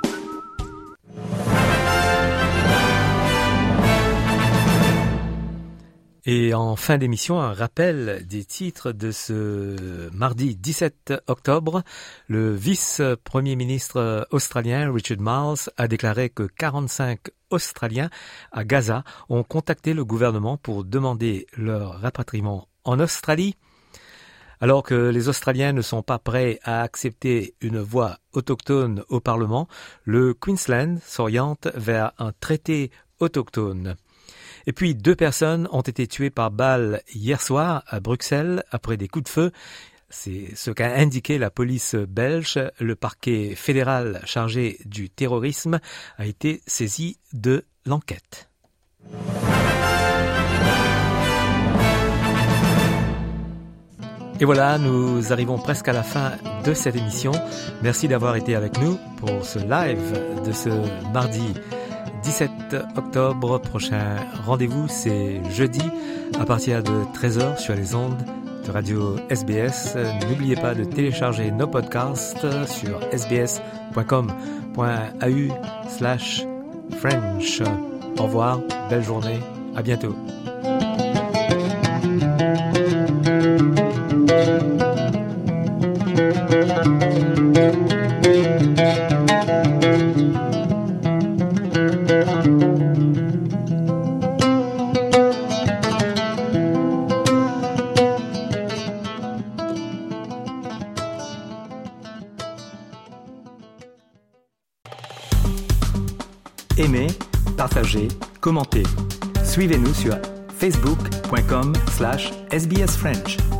A: Et en fin d'émission, un rappel des titres de ce mardi 17 octobre. Le vice-premier ministre australien Richard Marles a déclaré que 45 Australiens à Gaza ont contacté le gouvernement pour demander leur rapatriement en Australie. Alors que les Australiens ne sont pas prêts à accepter une voix autochtone au Parlement, le Queensland s'oriente vers un traité autochtone. Et puis 2 personnes ont été tuées par balle hier soir à Bruxelles après des coups de feu. C'est ce qu'a indiqué la police belge. Le parquet fédéral chargé du terrorisme a été saisi de l'enquête. Et voilà, nous arrivons presque à la fin de cette émission. Merci d'avoir été avec nous pour ce live de ce mardi 17 octobre prochain. Rendez-vous, c'est jeudi à partir de 13h sur les ondes de Radio SBS. N'oubliez pas de télécharger nos podcasts sur sbs.com.au/French. Au revoir, belle journée, à bientôt. Aimez, partagez, commentez. Suivez-nous sur facebook.com/sbsfrench.